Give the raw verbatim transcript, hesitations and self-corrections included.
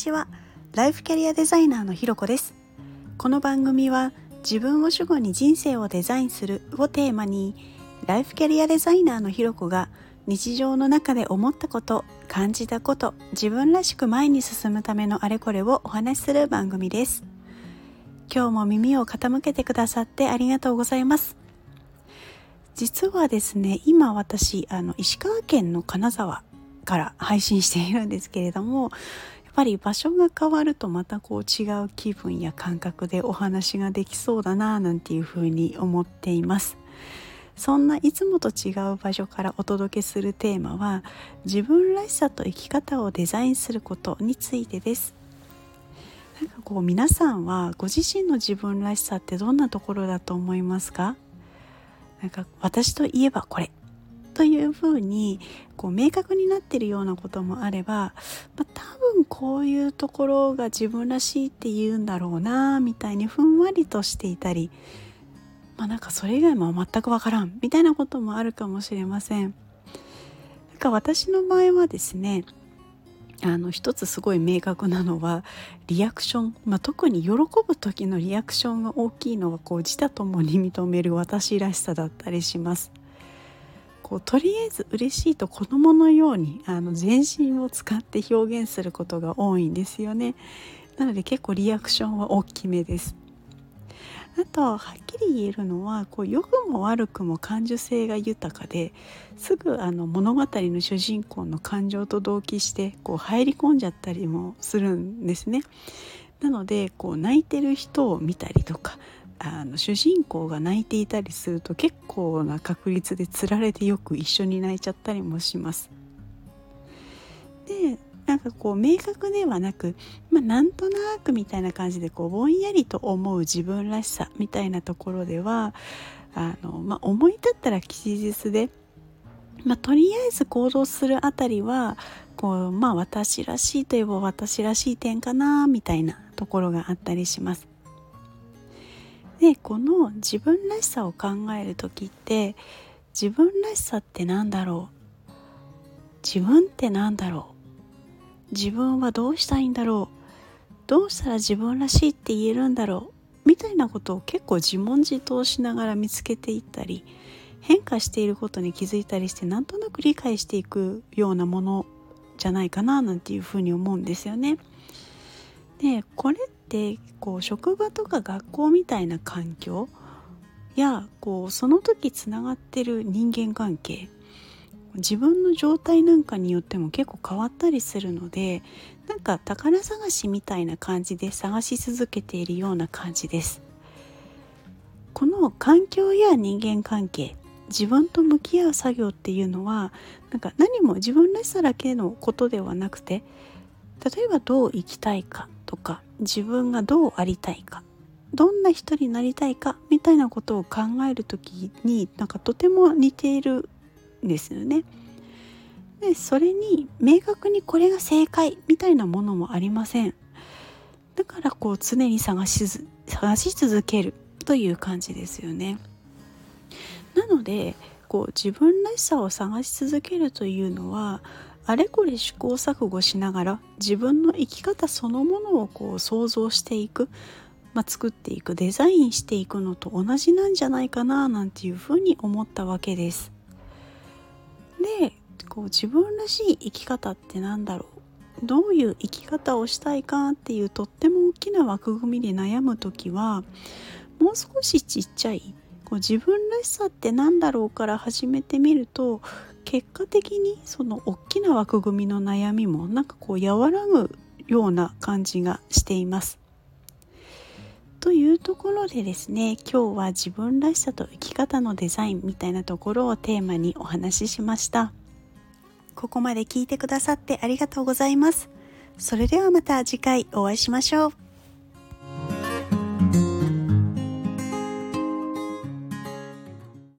ちは。ライフキャリアデザイナーのひろこです。この番組は自分を主語に人生をデザインするをテーマに、ライフキャリアデザイナーのひろこが日常の中で思ったこと、感じたこと、自分らしく前に進むためのあれこれをお話しする番組です。今日も耳を傾けてくださってありがとうございます。実はですね、今私あの石川県の金沢から配信しているんですけれども、やっぱり場所が変わるとまたこう違う気分や感覚でお話ができそうだななんていうふうに思っています。そんないつもと違う場所からお届けするテーマは、自分らしさと生き方をデザインすることについてです。なんかこう皆さんはご自身の自分らしさってどんなところだと思いますか？なんか私といえばこれというふうにこう明確になっているようなこともあれば、まあ、多分こういうところが自分らしいって言うんだろうなみたいにふんわりとしていたり、まあ、なんかそれ以外も全くわからんみたいなこともあるかもしれません。なんか私の場合はですね、あの一つすごい明確なのはリアクション、まあ、特に喜ぶ時のリアクションが大きいのはこう自他ともに認める私らしさだったりします。こうとりあえず嬉しいと子供のようにあの全身を使って表現することが多いんですよね。なので結構リアクションは大きめです。あとはっきり言えるのはこう良くも悪くも感受性が豊かですぐあの物語の主人公の感情と同期してこう入り込んじゃったりもするんですね。なのでこう泣いてる人を見たりとか、あの主人公が泣いていたりすると結構な確率でつられてよく一緒に泣いちゃったりもします。でなんかこう明確ではなく、まあ、なんとなくみたいな感じでこうぼんやりと思う自分らしさみたいなところではあの、まあ、思い立ったら吉日で、まあ、とりあえず行動するあたりはこう、まあ、私らしいといえば私らしい点かなみたいなところがあったりします。でこの自分らしさを考えるときって、自分らしさってなんだろう、自分ってなんだろう、自分はどうしたいんだろう、どうしたら自分らしいって言えるんだろうみたいなことを結構自問自答しながら見つけていったり、変化していることに気づいたりして、なんとなく理解していくようなものじゃないかななんていうふうに思うんですよね。でこれってこう職場とか学校みたいな環境やこうその時つながってる人間関係、自分の状態なんかによっても結構変わったりするので、なんか宝探しみたいな感じで探し続けているような感じです。この環境や人間関係、自分と向き合う作業っていうのはなんか何も自分らしさだけのことではなくて、例えばどう生きたいかとか、自分がどうありたいか、どんな人になりたいかみたいなことを考えるときになんかとても似ているんですよね。でそれに明確にこれが正解みたいなものもありません。だからこう常に探しず探し続けるという感じですよね。なのでこう自分らしさを探し続けるというのは、あれこれ試行錯誤しながら自分の生き方そのものをこう想像していく、まあ、作っていく、デザインしていくのと同じなんじゃないかななんていうふうに思ったわけです。でこう自分らしい生き方ってなんだろう、どういう生き方をしたいかっていうとっても大きな枠組みで悩むときは、もう少しちっちゃいこう自分らしさってなんだろうから始めてみると、結果的にその大きな枠組みの悩みもなんかこう和らぐような感じがしています。というところでですね、今日は自分らしさと生き方のデザインみたいなところをテーマにお話ししました。ここまで聞いてくださってありがとうございます。それではまた次回お会いしましょう。